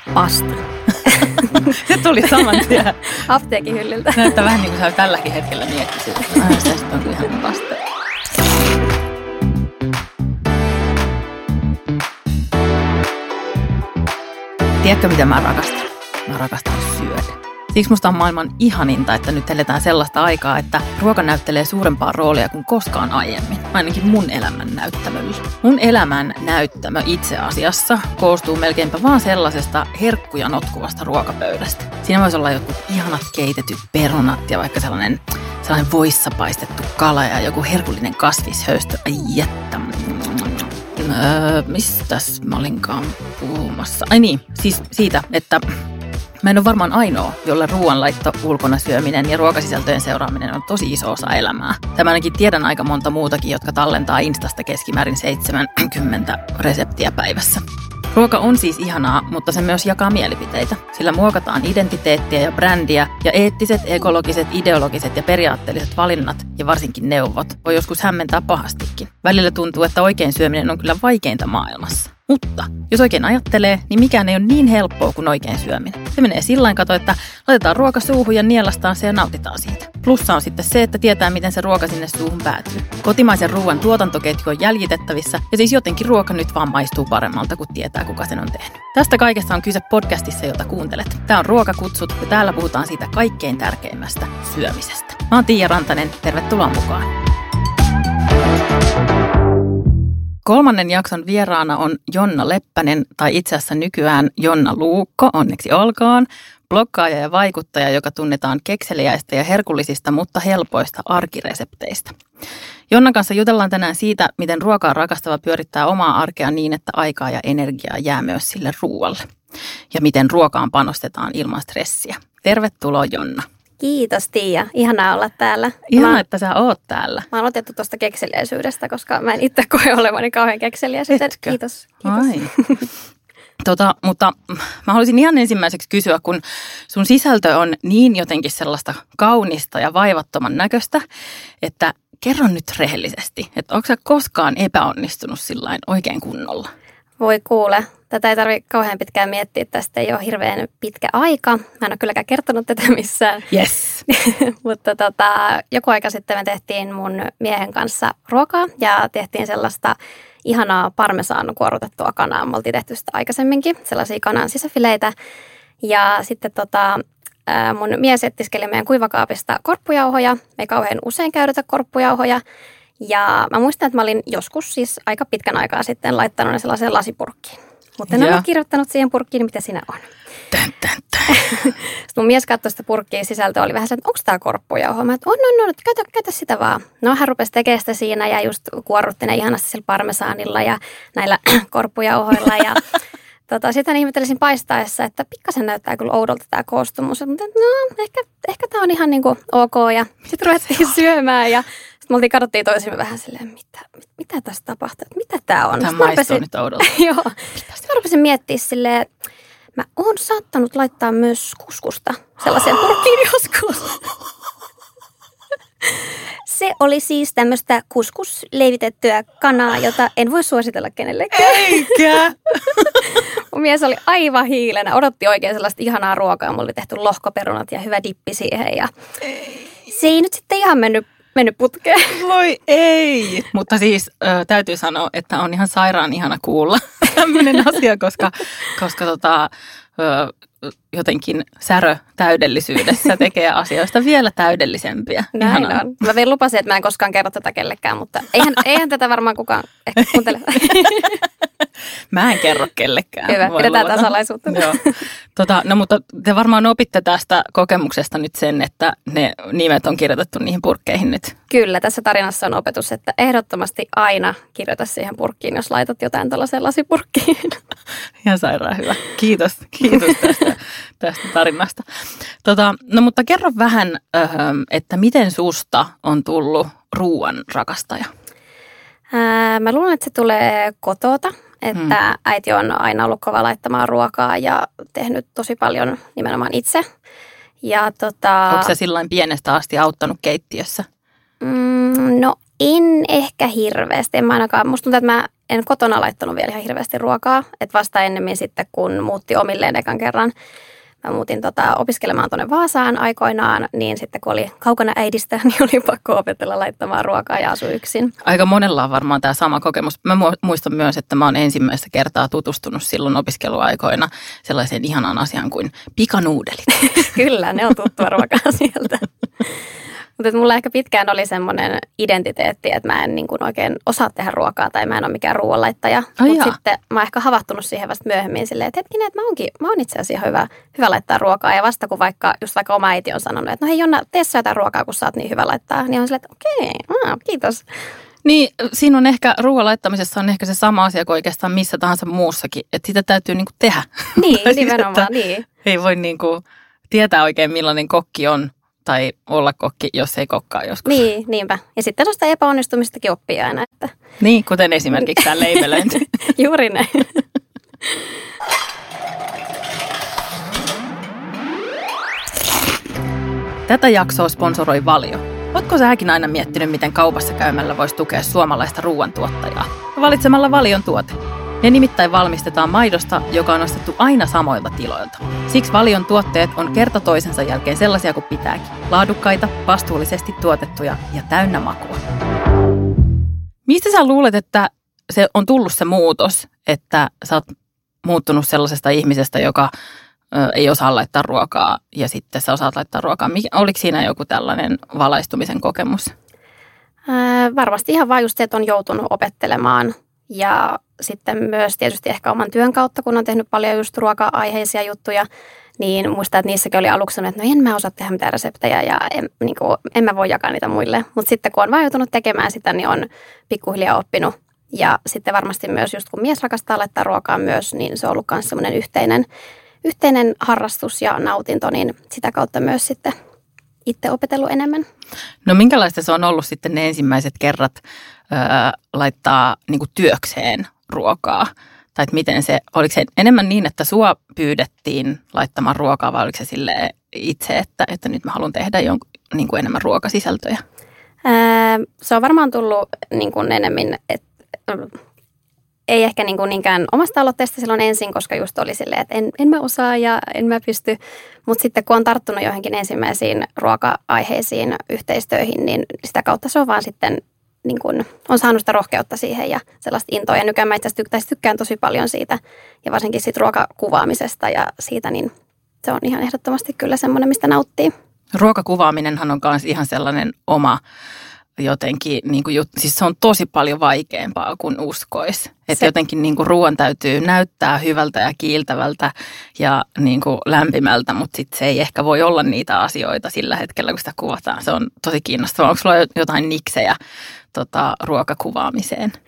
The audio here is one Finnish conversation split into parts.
Pasta. Se tuli saman tien. Apteekin hyllyltä. Näyttää vähän niin kuin sä tälläkin hetkellä miettisit, että tästä on ihan pasta. Tiedätkö, mitä mä rakastan? Mä rakastan syödä. Siksi musta on maailman ihaninta, että nyt eletään sellaista aikaa, että ruoka näyttelee suurempaa roolia kuin koskaan aiemmin. Ainakin mun elämän näyttämöllä. Mun elämän näyttämö itse asiassa koostuu melkeinpä vaan sellaisesta herkkuja notkuvasta ruokapöydästä. Siinä voisi olla jotkut ihanat keitetyt perunat ja vaikka sellainen voissa paistettu kala ja joku herkullinen kasvishöystö. Ai jättä. Mistäs mä olinkaan puhumassa? Ai niin, siis siitä, että mä en ole varmaan ainoa, jolle ruoanlaitto, ulkona syöminen ja ruokasisältöjen seuraaminen on tosi iso osa elämää. Tämä ainakin tiedän aika monta muutakin, jotka tallentaa Instasta keskimäärin 70 reseptiä päivässä. Ruoka on siis ihanaa, mutta se myös jakaa mielipiteitä. Sillä muokataan identiteettiä ja brändiä ja eettiset, ekologiset, ideologiset ja periaatteelliset valinnat ja varsinkin neuvot voi joskus hämmentää pahastikin. Välillä tuntuu, että oikein syöminen on kyllä vaikeinta maailmassa. Mutta jos oikein ajattelee, niin mikään ei ole niin helppoa kuin oikein syöminen. Se menee sillain kato, että laitetaan ruoka suuhun ja nielastaan se ja nautitaan siitä. Plussa on sitten se, että tietää, miten se ruoka sinne suuhun päätyy. Kotimaisen ruoan tuotantoketju on jäljitettävissä ja siis jotenkin ruoka nyt vaan maistuu paremmalta, kun tietää, kuka sen on tehnyt. Tästä kaikesta on kyse podcastissa, jota kuuntelet. Tää on Ruokakutsut ja täällä puhutaan siitä kaikkein tärkeimmästä, syömisestä. Mä oon Tiia Rantanen, tervetuloa mukaan. 3. jakson vieraana on Jonna Leppänen, tai itse asiassa nykyään Jonna Luukko, onneksi olkoon, bloggaaja ja vaikuttaja, joka tunnetaan kekseliäistä ja herkullisista, mutta helpoista arkiresepteistä. Jonnan kanssa jutellaan tänään siitä, miten ruokaa rakastava pyörittää omaa arkea niin, että aikaa ja energiaa jää myös sille ruualle. Ja miten ruokaan panostetaan ilman stressiä. Tervetuloa, Jonna. Kiitos, Tiia. Ihanaa olla täällä. Ihanaa, että sä oot täällä. Mä oon otettu tuosta kekseliäisyydestä, koska mä en itse koe olevani kauhean kekseliä. Kiitos. Ai. Mutta mä haluaisin ihan ensimmäiseksi kysyä, kun sun sisältö on niin jotenkin sellaista kaunista ja vaivattoman näköistä, että kerro nyt rehellisesti, että onko sä koskaan epäonnistunut sillain oikein kunnolla? Voi kuule. Tätä ei tarvitse kauhean pitkään miettiä, tästä ei ole hirveän pitkä aika. Mä en ole kylläkään kertonut tätä missään. Yes. Mutta joku aika sitten me tehtiin mun miehen kanssa ruokaa ja tehtiin sellaista ihanaa parmesaan kuorutettua kanaa. Me oltiin tehty sitä aikaisemminkin, sellaisia kanan sisäfileitä. Ja sitten mun mies etsiskeli meidän kuivakaapista korppujauhoja. Me ei kauhean usein käytetä korppujauhoja. Ja mä muistan, että mä olin joskus siis aika pitkän aikaa sitten laittanut ne sellaiseen lasipurkkiin. Mutta en ole kirjoittanut siihen purkkiin, mitä siinä on. Sitten mun mies katsoi sitä purkkiin, sisältö oli vähän se, että onko tämä korppujauho? Mä että on, käytä sitä vaan. No hän rupesi tekemään sitä siinä ja just kuorrutti ne ihanasti sillä parmesaanilla ja näillä korppujauhoilla. Ja sitten ihmettelisin paistaessa, että pikkasen näyttää kyllä oudolta tämä koostumus. Mutta no, ehkä tämä on ihan niin kuin ok. Ja sitten ruvettiin syömään ja sitten katsottiin toisimme vähän silleen, mitä tässä tapahtuu, mitä tämä on. Tämä maistuu nyt oudolta. Joo. Sitten mä rupesin miettimään silleen, mä oon saattanut laittaa myös kuskusta sellaiseen purkkiin joskus. Se oli siis tämmöistä kuskusleivitettyä kanaa, jota en voi suositella kenellekään. Eikä! Mun mies oli aivan hiilenä, odotti oikein sellaista ihanaa ruokaa. Mulla oli tehty lohkoperunat ja hyvä dippi siihen ja se ei nyt sitten ihan mennyt putkeen. Voi ei! Mutta siis täytyy sanoa, että on ihan sairaan ihana kuulla tämmöinen asia, koska jotenkin särö täydellisyydessä tekee asioista vielä täydellisempiä. Näin ihanaa. On. Mä vielä lupasin, että mä en koskaan kerro tätä kellekään, mutta eihän tätä varmaan kukaan ehkä kuuntele. Mä en kerro kellekään. Hyvä, pidetään tämä salaisuutta. Joo. No mutta te varmaan opitte tästä kokemuksesta nyt sen, että ne nimet on kirjoitettu niihin purkkeihin nyt. Kyllä, tässä tarinassa on opetus, että ehdottomasti aina kirjoita siihen purkkiin, jos laitat jotain tällaiseen lasipurkkiin. Ihan sairaan hyvä. Kiitos tästä tarinasta. No mutta kerro vähän, että miten susta on tullut ruoan rakastaja? Mä luulen, että se tulee kotota. Että äiti on aina ollut kova laittamaan ruokaa ja tehnyt tosi paljon nimenomaan itse. Ja onko sä sillain pienestä asti auttanut keittiössä? No en ehkä hirveästi. En mä ainakaan. Musta tuntuu, että mä en kotona laittanut vielä ihan hirveästi ruokaa. Että vasta ennemmin sitten, kun muutti omilleen ekan kerran. Mä muutin opiskelemaan tuonne Vaasaan aikoinaan, niin sitten kun oli kaukana äidistä, niin oli pakko opetella laittamaan ruokaa ja asui yksin. Aika monella on varmaan tämä sama kokemus. Mä muistan myös, että mä oon ensimmäistä kertaa tutustunut silloin opiskeluaikoina sellaiseen ihanaan asiaan kuin pikanuudelit. Kyllä, ne on tuttua ruokaa sieltä. Mutta mulla ehkä pitkään oli semmoinen identiteetti, että mä en niin kuin oikein osaa tehdä ruokaa tai mä en ole mikään ruoanlaittaja. Mutta sitten mä oon ehkä havahtunut siihen vasta myöhemmin silleen, että hetkinen, että mä oon itse asiassa hyvä laittaa ruokaa. Ja vasta kun vaikka oma äiti on sanonut, että no hei Jonna, tee sä jotain ruokaa, kun sä oot niin hyvä laittaa. Niin on silleen, että okei, kiitos. Niin, siinä on ehkä, ruoan laittamisessa on ehkä se sama asia kuin oikeastaan missä tahansa muussakin, että sitä täytyy niinku tehdä. Niin, nimenomaan, niin. Ei voi niinku tietää oikein millainen kokki on. Tai olla kokki, jos ei kokkaa joskus. Niin, niinpä. Ja sitten tuosta epäonnistumistakin oppii aina. Että... Niin, kuten esimerkiksi tämä leipälöinti. Juuri näin. Tätä jaksoa sponsoroi Valio. Ootko säkin aina miettinyt, miten kaupassa käymällä voisi tukea suomalaista ruoantuottajaa? Valitsemalla Valion tuote. Ne nimittäin valmistetaan maidosta, joka on ostettu aina samoilta tiloilta. Siksi Valion tuotteet on kerta toisensa jälkeen sellaisia kuin pitääkin. Laadukkaita, vastuullisesti tuotettuja ja täynnä makua. Mistä sä luulet, että se on tullut se muutos, että sä oot muuttunut sellaisesta ihmisestä, joka ei osaa laittaa ruokaa ja sitten sä osaat laittaa ruokaa? Oliko siinä joku tällainen valaistumisen kokemus? Varmasti ihan vaan just, että on joutunut opettelemaan. Ja sitten myös tietysti ehkä oman työn kautta, kun on tehnyt paljon just ruoka-aiheisia juttuja, niin muistan, että niissäkin oli aluksi sanonut, että no en mä osaa tehdä mitään reseptejä ja en mä voi jakaa niitä muille. Mutta sitten kun on vaan joutunut tekemään sitä, niin on pikkuhiljaa oppinut. Ja sitten varmasti myös just kun mies rakastaa laittaa ruokaa myös, niin se on ollut myös semmoinen yhteinen harrastus ja nautinto, niin sitä kautta myös sitten itse opetellut enemmän. No minkälaista se on ollut sitten ne ensimmäiset kerrat laittaa niin kuin työkseen ruokaa? Tai että miten se, oliko se enemmän niin, että sua pyydettiin laittamaan ruokaa vai oliko se silleen itse, että nyt mä haluan tehdä niin kuin enemmän ruokasisältöjä? Se on varmaan tullut niin kuin enemmän, että ei ehkä niin kuin niinkään omasta aloitteesta silloin ensin, koska just oli silleen, että en mä osaa ja en mä pysty. Mutta sitten kun on tarttunut johonkin ensimmäisiin ruoka-aiheisiin yhteistöihin, niin sitä kautta se on vaan sitten, niin kuin, on saanut sitä rohkeutta siihen ja sellaista intoa. Ja nykyään mä itse asiassa tykkään tosi paljon siitä ja varsinkin siitä ruokakuvaamisesta ja siitä, niin se on ihan ehdottomasti kyllä semmoinen, mistä nauttii. Ruokakuvaaminenhan on myös ihan sellainen oma jotenkin, niin kuin, siis se on tosi paljon vaikeampaa kuin uskoisi. Että jotenkin niin kuin ruoan täytyy näyttää hyvältä ja kiiltävältä ja niin kuin lämpimältä, mutta sitten se ei ehkä voi olla niitä asioita sillä hetkellä, kun sitä kuvataan. Se on tosi kiinnostavaa. Onko sulla jotain niksejä ruokakuvaamiseen?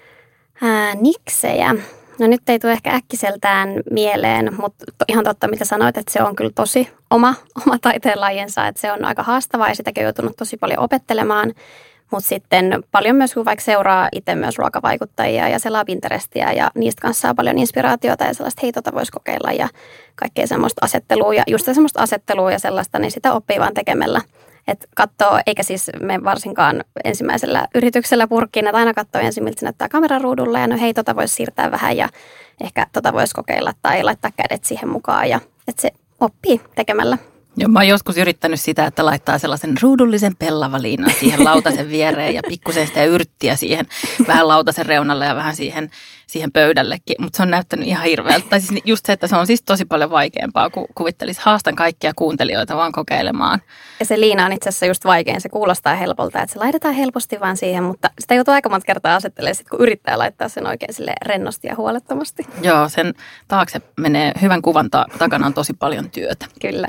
Niksejä? No nyt ei tule ehkä äkkiseltään mieleen, mutta ihan totta, mitä sanoit, että se on kyllä tosi oma taiteenlajiensa, että se on aika haastavaa ja sitäkin on joutunut tosi paljon opettelemaan. Mutta sitten paljon myös, kun vaikka seuraa itse myös ruokavaikuttajia ja selaa Pinterestiä ja niistä kanssa saa paljon inspiraatiota ja sellaista, hei voisi kokeilla ja kaikkea semmoista asettelua ja just semmoista asettelua ja sellaista, niin sitä oppii vaan tekemällä. Että katsoo, eikä siis me varsinkaan ensimmäisellä yrityksellä purkkiin, että aina katsoo ensin, miltä se näyttää kameraruudulla ja no hei, voisi siirtää vähän ja ehkä voisi kokeilla tai laittaa kädet siihen mukaan ja että se oppii tekemällä. Joo, mä oon joskus yrittänyt sitä, että laittaa sellaisen ruudullisen pellavaliinan siihen lautasen viereen ja pikkusen sitä yrttiä siihen vähän lautasen reunalle ja vähän siihen pöydällekin. Mutta se on näyttänyt ihan hirveältä. Tai siis just se, että se on siis tosi paljon vaikeampaa kuin kuvittelisi. Haastan kaikkia kuuntelijoita vaan kokeilemaan. Ja se liina on itse asiassa just vaikein. Se kuulostaa helpolta, että se laitetaan helposti vaan siihen, mutta sitä joutuu aika monta kertaa asettelemaan, sit kun yrittää laittaa sen oikein sille rennosti ja huolettomasti. Joo, sen taakse menee hyvän kuvan takana on tosi paljon työtä. Kyllä.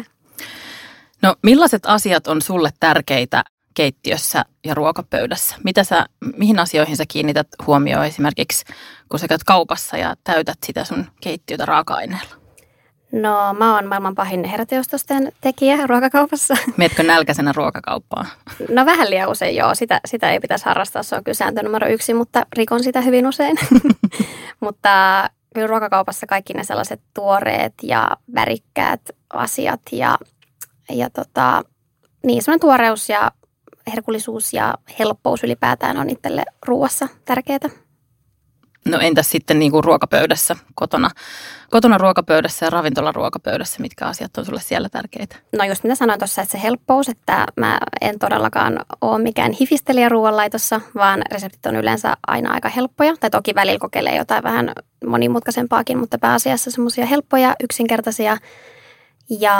No millaiset asiat on sulle tärkeitä keittiössä ja ruokapöydässä? Mihin asioihin sä kiinnität huomioon esimerkiksi, kun sä käyt kaupassa ja täytät sitä sun keittiötä raaka-aineella? No mä oon maailman pahin heräteostosten tekijä ruokakaupassa. Mietkö nälkäisenä ruokakauppaan? No vähän liian usein joo. Sitä ei pitäisi harrastaa, se on kyllä sääntö numero 1, mutta rikon sitä hyvin usein. Mutta kyllä ruokakaupassa kaikki ne sellaiset tuoreet ja värikkäät asiat ja niin semmoinen tuoreus ja herkullisuus ja helppous ylipäätään on itselle ruuassa tärkeää. No entäs sitten niin kuin ruokapöydässä, kotona ruokapöydässä ja ravintolaruokapöydässä, mitkä asiat on sulle siellä tärkeitä? No just mitä sanoin tuossa, että se helppous, että mä en todellakaan ole mikään hifistelijä ruoanlaitossa, vaan reseptit on yleensä aina aika helppoja. Tai toki välillä kokeilee jotain vähän monimutkaisempaakin, mutta pääasiassa semmoisia helppoja, yksinkertaisia. Ja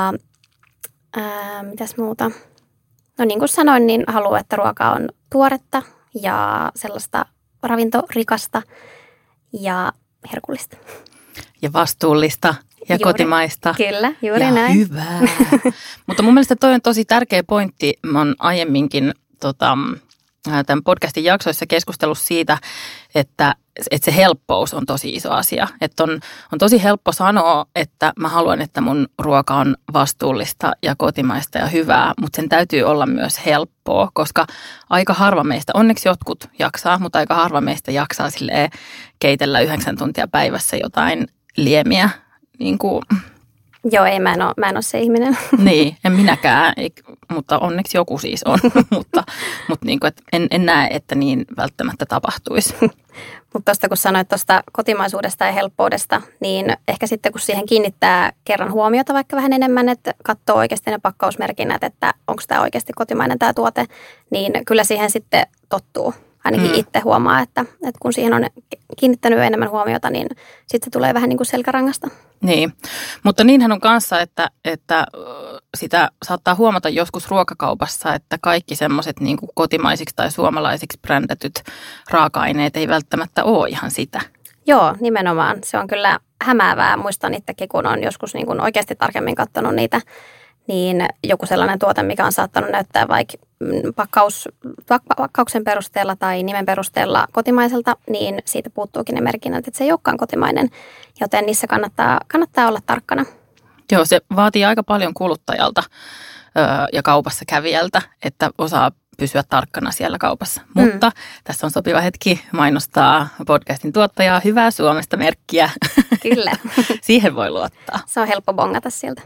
mitäs muuta? No niin kuin sanoin, niin haluan, että ruoka on tuoretta ja sellaista ravintorikasta ja herkullista. Ja vastuullista ja kotimaista. Kyllä, juuri ja näin. Hyvää. Mutta mun mielestä toi on tosi tärkeä pointti. Mä oon aiemminkin tämän podcastin jaksoissa keskustellut siitä, että se helppous on tosi iso asia. Että on tosi helppo sanoa, että mä haluan, että mun ruoka on vastuullista ja kotimaista ja hyvää, mutta sen täytyy olla myös helppoa, koska aika harva meistä, onneksi jotkut jaksaa, mutta aika harva meistä jaksaa silleen keitellä 9 tuntia päivässä jotain liemiä. Niin kuin. Joo, ei, mä en ole se ihminen. Niin, en minäkään, mutta onneksi joku siis on, mutta niin kuin, että en näe, että niin välttämättä tapahtuisi. Mutta tuosta kun sanoit tuosta kotimaisuudesta ja helppoudesta, niin ehkä sitten kun siihen kiinnittää kerran huomiota vaikka vähän enemmän, että katsoo oikeasti ne pakkausmerkinnät, että onko tämä oikeasti kotimainen tämä tuote, niin kyllä siihen sitten tottuu. Ainakin itse huomaa, että kun siihen on kiinnittänyt enemmän huomiota, niin sitten tulee vähän niin kuin selkärangasta. Niin, mutta niinhän on kanssa, että sitä saattaa huomata joskus ruokakaupassa, että kaikki semmoiset niin kuin kotimaisiksi tai suomalaisiksi brändätyt raaka-aineet ei välttämättä ole ihan sitä. Joo, nimenomaan. Se on kyllä hämäävää. Muistan itsekin, kun on joskus niin kuin oikeasti tarkemmin katsonut niitä, niin joku sellainen tuote, mikä on saattanut näyttää vaikka pakkauksen perusteella tai nimen perusteella kotimaiselta, niin siitä puuttuukin ne merkinnät, että se ei olekaan kotimainen, joten niissä kannattaa olla tarkkana. Joo, se vaatii aika paljon kuluttajalta ja kaupassa kävijältä, että osaa pysyä tarkkana siellä kaupassa. Mutta tässä on sopiva hetki mainostaa podcastin tuottajaa Hyvää Suomesta -merkkiä. Kyllä. Siihen voi luottaa. Se on helppo bongata sieltä.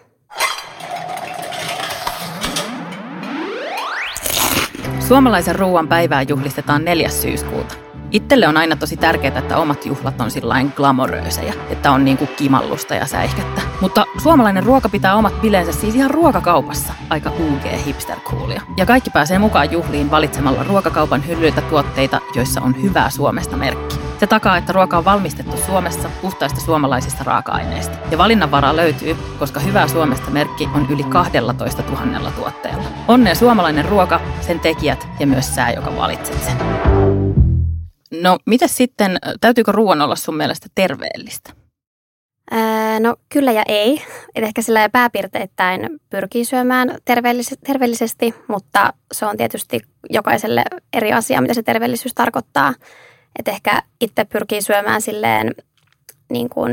Suomalaisen ruoan päivää juhlistetaan 4. syyskuuta. Itselle on aina tosi tärkeää, että omat juhlat on sillain glamoröösejä, että on niinku kimallusta ja säihkettä. Mutta suomalainen ruoka pitää omat bileensä siis ihan ruokakaupassa. Aika hipster-coolia. Ja kaikki pääsee mukaan juhliin valitsemalla ruokakaupan hyllyiltä tuotteita, joissa on Hyvää Suomesta -merkki. Se takaa, että ruoka on valmistettu Suomessa puhtaista suomalaisista raaka-aineista. Ja valinnanvaraa löytyy, koska Hyvää Suomesta -merkki on yli 12 000 tuotteella. Onnea suomalainen ruoka, sen tekijät ja myös sä, joka valitset sen. No, mitäs sitten, täytyykö ruoan olla sun mielestä terveellistä? No kyllä ja ei. Et ehkä sillä pääpiirteittäin pyrkii syömään terveellisesti, mutta se on tietysti jokaiselle eri asia, mitä se terveellisyys tarkoittaa. Et ehkä itse pyrkii syömään silleen niin kuin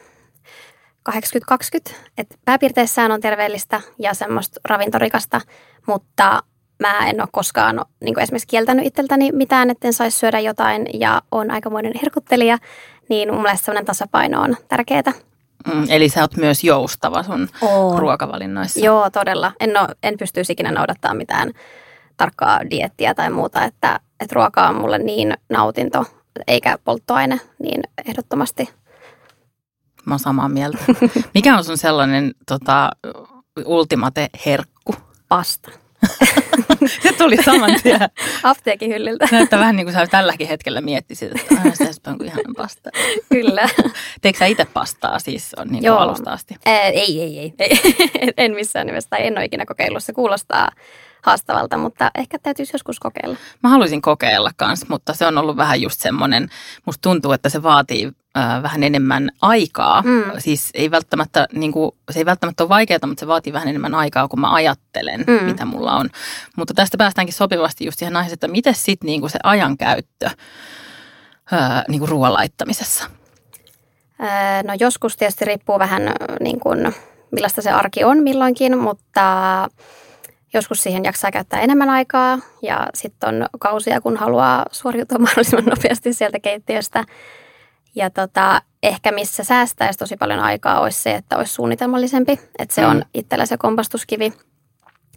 80-20, että pääpiirteissään on terveellistä ja semmoista ravintorikasta, mutta mä en ole koskaan niin kuin esimerkiksi kieltänyt itseltäni mitään, etten saisi syödä jotain ja on aikamoinen herkuttelija, niin mun mielestä sellainen tasapaino on tärkeää. Eli sä oot myös joustava sun ruokavalinnoissa. Joo, todella. En pystyisi ikinä noudattaa mitään tarkkaa dieettiä tai muuta, että ruoka on mulle niin nautinto eikä polttoaine, niin ehdottomasti. Mä oon samaa mieltä. Mikä on sun sellainen ultimate herkku? Pasta. Se tuli saman tien. Apteekin hyllyltä. Näyttää vähän niin kuin sä tälläkin hetkellä miettisit, että se on kuin ihanan pasta. Kyllä. Teekö sä itse pastaa siis on niin kuin alusta asti? Ei. En missään nimessä. En ole ikinä kokeillut. Se kuulostaa haastavalta, mutta ehkä täytyisi joskus kokeilla. Mä haluaisin kokeilla kanssa, mutta se on ollut vähän just semmoinen, musta tuntuu, että se vaatii vähän enemmän aikaa. Siis ei välttämättä, se ei välttämättä ole vaikeaa, mutta se vaatii vähän enemmän aikaa, kun mä ajattelen, mitä mulla on. Mutta tästä päästäänkin sopivasti just siihen aiheeseen, että miten sitten niin se ajankäyttö niin kuin ruoan laittamisessa? No joskus tietysti riippuu vähän niin kuin, millaista se arki on milloinkin, mutta joskus siihen jaksaa käyttää enemmän aikaa ja sitten on kausia, kun haluaa suoriutua mahdollisimman nopeasti sieltä keittiöstä. Ja ehkä missä säästäisi tosi paljon aikaa olisi se, että olisi suunnitelmallisempi, että se on itsellä se kompastuskivi.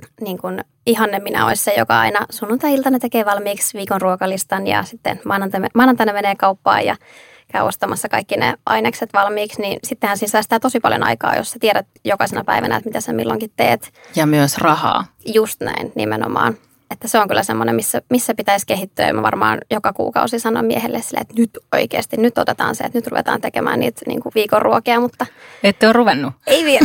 niin kuin ihanne minä olisi se, joka aina sunnuntai-iltana tekee valmiiksi viikon ruokalistan ja sitten maanantaina menee kauppaan ja käy ostamassa kaikki ne ainekset valmiiksi, niin sittenhän siinä säästää tosi paljon aikaa, jos sä tiedät jokaisena päivänä, että mitä sä milloinkin teet. Ja myös rahaa. Just näin, nimenomaan. Että se on kyllä semmoinen, missä pitäisi kehittyä. Ja mä varmaan joka kuukausi sanon miehelle silleen, että nyt oikeasti, nyt otetaan se, että nyt ruvetaan tekemään niitä niin kuin viikon ruokia, mutta... Ette ole ruvennut? Ei vielä.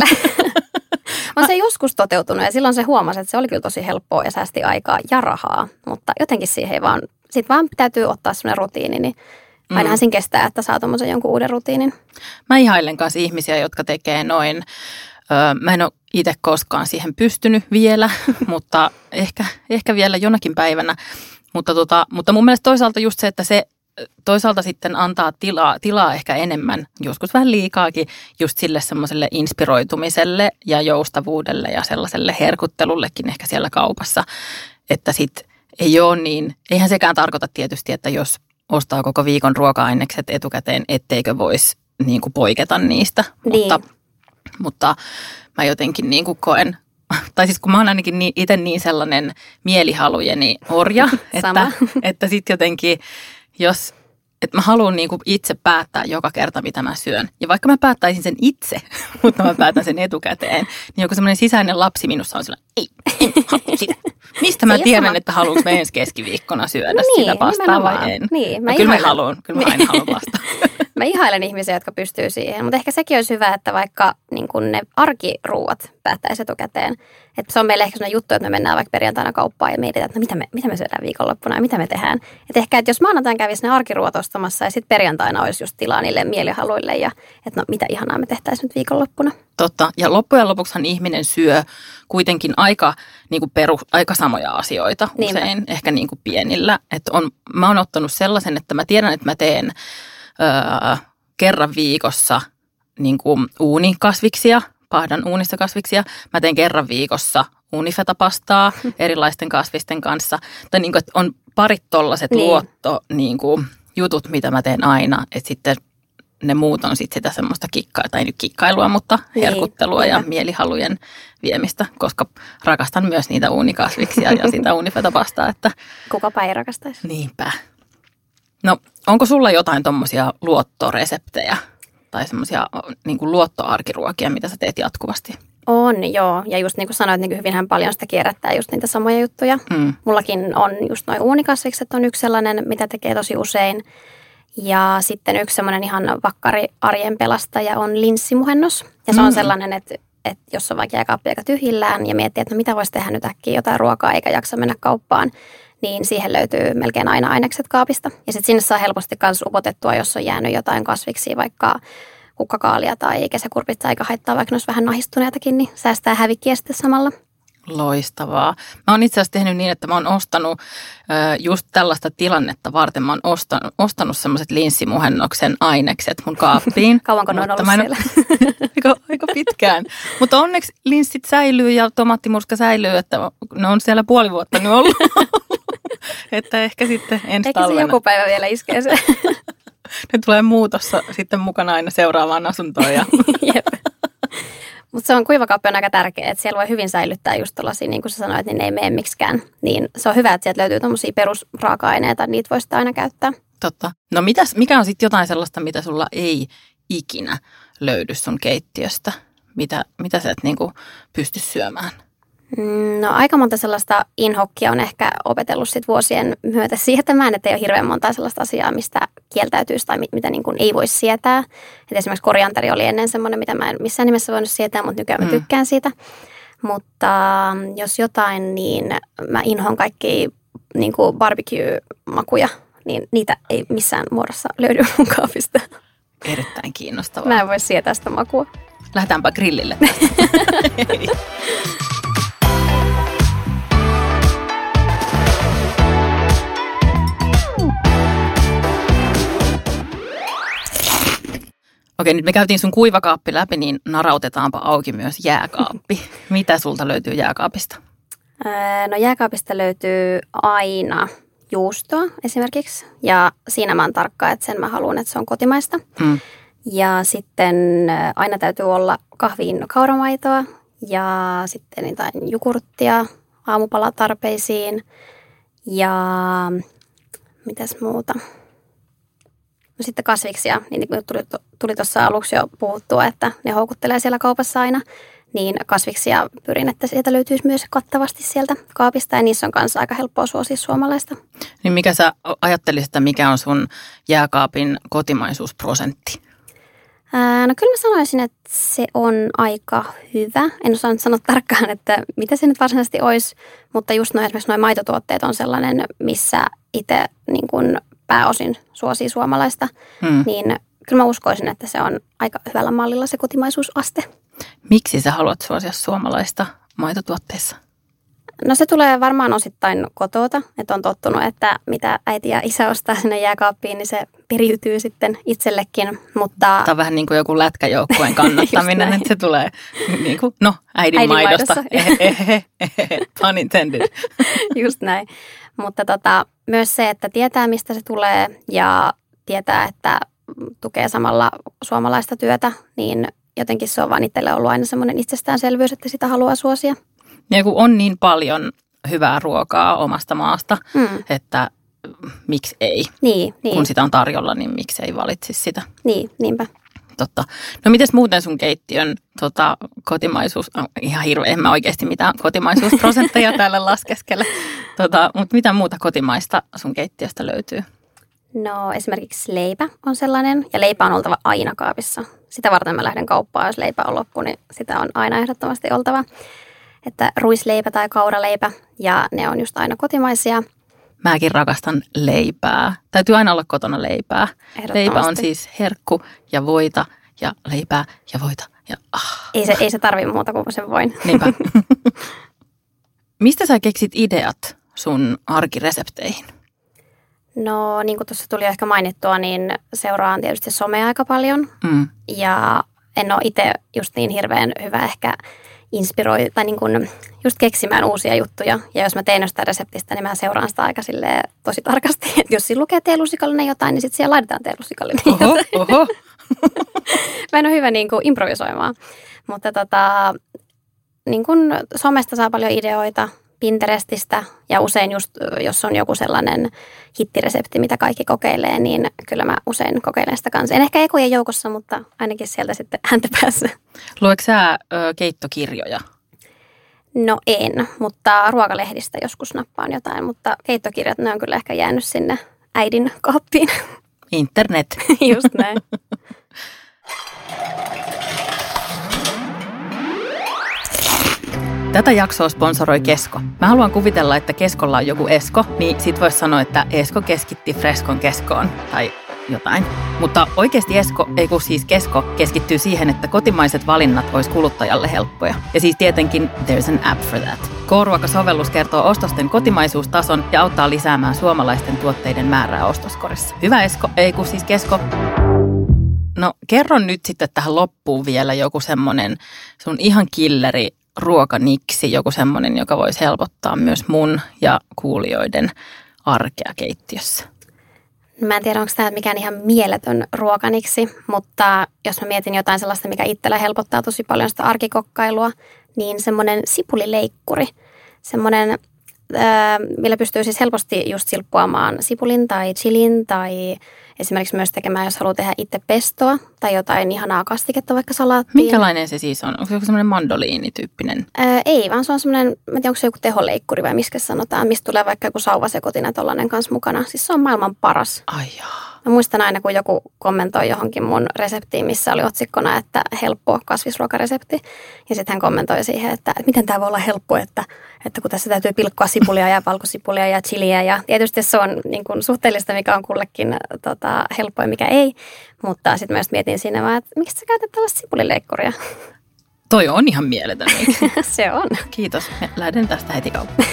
On se joskus toteutunut ja silloin se huomasi, että se oli kyllä tosi helppoa ja säästi aikaa ja rahaa. Mutta jotenkin siihen ei vaan, sit vaan täytyy ottaa semmoinen rutiini, niin ainahan siinä kestää, että saa tommosen jonkun uuden rutiinin. Mä ihailen kanssa ihmisiä, jotka tekee noin. Mä en ole itse koskaan siihen pystynyt vielä, mutta ehkä vielä jonakin päivänä. Mutta mun mielestä toisaalta just se, että se toisaalta sitten antaa tilaa ehkä enemmän, joskus vähän liikaakin, just sille semmoiselle inspiroitumiselle ja joustavuudelle ja sellaiselle herkuttelullekin ehkä siellä kaupassa. Että sitten ei ole niin, eihän sekään tarkoita tietysti, että jos ostaa koko viikon ruoka-ainekset etukäteen, etteikö voisi niin kuin poiketa niistä. Niin. Mutta mä jotenkin niin kuin koen, tai siis kun mä oon ainakin itse niin sellainen mielihalujeni orja, että sitten jotenkin, että mä haluan niin kuin itse päättää joka kerta, mitä mä syön. Ja vaikka mä päättäisin sen itse, mutta mä päätän sen etukäteen, niin joku semmoinen sisäinen lapsi minussa on sellainen, ei halua sitä. Mistä mä tiedän, että haluanko mä ensi keskiviikkona syödä sitä pastaa vai en? Niin, kyllä mä aina haluan pastaa. Mä ihailen ihmisiä, jotka pystyy siihen, mutta ehkä sekin olisi hyvä, että vaikka niin kun ne arkiruuat päättäisi etukäteen. Että se on meille ehkä sellainen juttu, että me mennään vaikka perjantaina kauppaan ja mietitään, että no mitä me syödään viikonloppuna ja mitä me tehdään. Että ehkä, että jos maanantaina kävisi ne arkiruuat ostamassa ja sitten perjantaina olisi just tilaa niille mielihaluille ja että no mitä ihanaa me tehtäisiin nyt viikonloppuna. Totta. Ja loppujen lopuksihan ihminen syö kuitenkin aika, niin kuin aika samoja asioita usein, ehkä niin kuin pienillä. Että mä oon ottanut sellaisen, että mä tiedän, että mä teen kerran viikossa niin kuin uunikasviksia, pahdan uunissa kasviksia. Mä teen kerran liikossa uunifetapastaa erilaisten kasvisten kanssa. Tai niin kuin, että on parit tollaiset niin kuin jutut, mitä mä teen aina. Että sitten ne muut on sitten sitä semmoista tai nyt kikkailua, mutta herkuttelua ja mielihalujen viemistä, koska rakastan myös niitä uunikasviksia ja sitä uunifetapastaa. Että kukapa ei rakastaisi. Niinpä. No, onko sulla jotain tommosia luottoreseptejä tai semmoisia niin kuin luottoarkiruokia, mitä sä teet jatkuvasti? On, joo. Ja just niin kuin sanoit, niin hyvinhän paljon sitä kierrättää just niitä samoja juttuja. Mullakin on just noi uunikasvikset on yksi sellainen, mitä tekee tosi usein. Ja sitten yksi semmoinen ihan vakkari arjen pelastaja on linssimuhennos. Ja se on sellainen, että jos on vaikka jääkaappi aika tyhjillään ja miettii, että no mitä voisi tehdä nyt äkkiä jotain ruokaa eikä jaksa mennä kauppaan, niin siihen löytyy melkein aina ainekset kaapista. Ja sitten sinne saa helposti myös upotettua, jos on jäänyt jotain kasviksia, vaikka kukkakaalia tai kesäkurpitsa, eikä haittaa, vaikka ne olisi vähän nahistuneetakin, niin säästää hävikkiä sitten samalla. Loistavaa. Mä oon itse asiassa tehnyt niin, että mä oon ostanut just tällaista tilannetta varten. Mä oon ostanut semmoiset linssimuhennoksen ainekset mun kaappiin. Kauanko ne on ollut siellä? Aika pitkään. Mutta onneksi linssit säilyy ja tomaattimurska säilyy, että ne on siellä puoli vuotta nyt ollut. Että ehkä sitten ensi talvena. Eikä se joku päivä vielä iskee se. Ne tulee muutossa sitten mukana aina seuraavaan asuntoon. Jep. Mutta se on kuivakaappi on aika tärkeä, että siellä voi hyvin säilyttää just tuollaisia, niin kuin sä sanoit, niin ne ei mene miksikään. Niin se on hyvä, että sieltä löytyy tuommoisia perusraaka-aineita, niitä voi aina käyttää. Totta. No mikä on sitten jotain sellaista, mitä sulla ei ikinä löydy sun keittiöstä? Mitä sä et niinku pysty syömään? No aika monta sellaista inhokkia on ehkä opetellut sit vuosien myötä sietämään, että ei ole hirveän monta sellaista asiaa, mistä kieltäytyisi tai mitä niin kuin ei voi sietää. Et esimerkiksi korianteri oli ennen semmoinen, mitä mä en missään nimessä voinut sietää, mutta nykyään mä tykkään siitä. Mutta jos jotain, niin mä inhoan kaikki niin kuin barbecue-makuja, niin niitä ei missään muodossa löydy mun kaapista. Erittäin kiinnostavaa. Mä en voi sietää sitä makua. Lähdetäänpä grillille. Okei, nyt me käytiin sun kuivakaappi läpi, niin narautetaanpa auki myös jääkaappi. Mitä sulta löytyy jääkaapista? No jääkaapista löytyy aina juustoa esimerkiksi. Ja siinä mä oon tarkka, että sen mä haluan, että se on kotimaista. Ja sitten aina täytyy olla kahviin kauramaitoa ja sitten jotain jogurttia aamupalatarpeisiin ja mitäs muuta. No sitten kasviksia, niin kuin tuli tuossa aluksi jo puhuttua, että ne houkuttelee siellä kaupassa aina, niin kasviksia pyrin, että sieltä löytyisi myös kattavasti sieltä kaapista ja niissä on kanssa aika helppoa suosia suomalaista. Niin mikä sä ajattelisit, että mikä on sun jääkaapin kotimaisuusprosentti? No kyllä mä sanoisin, että se on aika hyvä. En osaa nyt sanoa tarkkaan, että mitä se nyt varsinaisesti olisi, mutta just esimerkiksi nuo maitotuotteet on sellainen, missä itse niin kuin pääosin suosii suomalaista, niin kyllä mä uskoisin, että se on aika hyvällä mallilla se kotimaisuusaste. Miksi sä haluat suosia suomalaista maitotuotteissa? No se tulee varmaan osittain kotoota, että on tottunut, että mitä äiti ja isä ostaa sinne jääkaappiin, niin se periytyy sitten itsellekin, mutta... Tämä on vähän niin kuin joku lätkäjoukkueen kannattaminen, että se tulee niin kuin, äidin maidosta. Pun intended. Just näin. Mutta myös se, että tietää, mistä se tulee ja tietää, että tukee samalla suomalaista työtä, niin jotenkin se on vaan itselle ollut aina semmoinen itsestäänselvyys, että sitä haluaa suosia. Ja kun on niin paljon hyvää ruokaa omasta maasta, että miksi ei? Niin. Kun sitä on tarjolla, niin miksi ei valitsisi sitä? Niin, niinpä. Totta. No mites muuten sun keittiön kotimaisuus, ihan hirveä, en mä oikeasti mitään kotimaisuusprosentteja täällä laskeskele, mutta mitä muuta kotimaista sun keittiöstä löytyy? No esimerkiksi leipä on sellainen, ja leipä on oltava aina kaapissa. Sitä varten mä lähden kauppaan, jos leipä on loppu, niin sitä on aina ehdottomasti oltava. Että ruisleipä tai kauraleipä, ja ne on just aina kotimaisia. Mäkin rakastan leipää. Täytyy aina olla kotona leipää. Leipä on siis herkku ja voita ja leipää ja voita. Ja, Ei se tarvitse muuta kuin sen voin. Niinpä. Mistä sä keksit ideat sun arkiresepteihin? No niin kuin tuossa tuli ehkä mainittua, niin seuraan tietysti somea aika paljon. Ja en ole itse just niin hirveän hyvä ehkä inspiroi tai niin kuin just keksimään uusia juttuja. Ja jos mä teen jostain reseptistä, niin mä seuraan sitä aika tosi tarkasti. Että jos siinä lukee teelusikallinen jotain, niin sitten siellä laitetaan teelusikallinen jotain. Oho. Mä en ole hyvä niin kuin improvisoimaan. Mutta niin kuin somesta saa paljon ideoita, Pinterestistä ja usein just, jos on joku sellainen hittiresepti, mitä kaikki kokeilee, niin kyllä mä usein kokeilen sitä kanssa. En ehkä ekojen joukossa, mutta ainakin sieltä sitten häntä päässä. Luetko sä keittokirjoja? No en, mutta ruokalehdistä joskus nappaan jotain, mutta keittokirjat, ne on kyllä ehkä jäänyt sinne äidin kaappiin. Internet. Just näin. Tätä jaksoa sponsoroi Kesko. Mä haluan kuvitella, että Keskolla on joku Esko, niin sit vois sanoa, että Esko keskitti Freskon Keskoon tai jotain. Mutta oikeasti Kesko keskittyy siihen, että kotimaiset valinnat olisi kuluttajalle helppoja. Ja siis tietenkin there's an app for that. K-ruokasovellus kertoo ostosten kotimaisuustason ja auttaa lisäämään suomalaisten tuotteiden määrää ostoskorissa. Hyvä Kesko. No kerron nyt sitten tähän loppuun vielä joku semmonen sun ihan killeri ruokaniksi, joku semmoinen, joka voisi helpottaa myös mun ja kuulijoiden arkea keittiössä. Mä en tiedä, onko tämä mikään ihan mieletön ruokaniksi, mutta jos mä mietin jotain sellaista, mikä itsellä helpottaa tosi paljon sitä arkikokkailua, niin semmoinen sipulileikkuri. Semmoinen, millä pystyy siis helposti just silppuamaan sipulin tai chilin tai esimerkiksi myös tekemään, jos haluaa tehdä itse pestoa tai jotain ihanaa kastiketta vaikka salaattiin. Minkälainen se siis on? Onko se joku semmoinen mandoliinityyppinen? Ei, vaan se on semmoinen, mä en tiedä, onko se joku teholeikkuri vai miskä sanotaan, mistä tulee vaikka joku sauvasekotina tollainen kanssa mukana. Siis se on maailman paras. Ai jaa. Mä muistan aina, kun joku kommentoi johonkin mun reseptiin, missä oli otsikkona, että helppo kasvisruokaresepti. Ja sitten hän kommentoi siihen, että miten tämä voi olla helppo, että kun tässä täytyy pilkkoa sipulia ja valkosipulia ja chiliä. Ja tietysti se on niin kuin suhteellista, mikä on kullekin helppoa ja mikä ei. Mutta sitten myös mietin siinä vaan, että miksi sä käytät tällaista sipulileikkuria? Toi on ihan mieletön. Se on. Kiitos. Me lähden tästä heti kauppaan.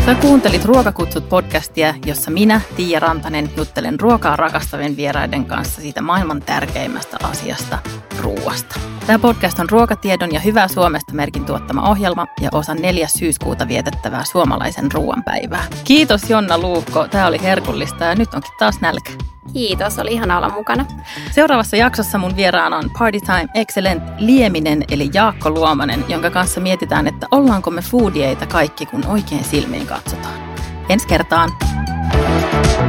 Sä kuuntelit Ruokakutsut-podcastia, jossa minä, Tiia Rantanen, juttelen ruokaa rakastavien vieraiden kanssa siitä maailman tärkeimmästä asiasta, ruuasta. Tämä podcast on ruokatiedon ja Hyvää Suomesta -merkin tuottama ohjelma ja osa 4. syyskuuta vietettävää suomalaisen ruoanpäivää. Kiitos Jonna Luukko, tämä oli herkullista ja nyt onkin taas nälkä. Kiitos, oli ihana olla mukana. Seuraavassa jaksossa mun vieraana on Party Time Excellent Lieminen eli Jaakko Luomanen, jonka kanssa mietitään, että ollaanko me foodieita kaikki, kun oikein silmiin katsotaan. Ensi kertaan!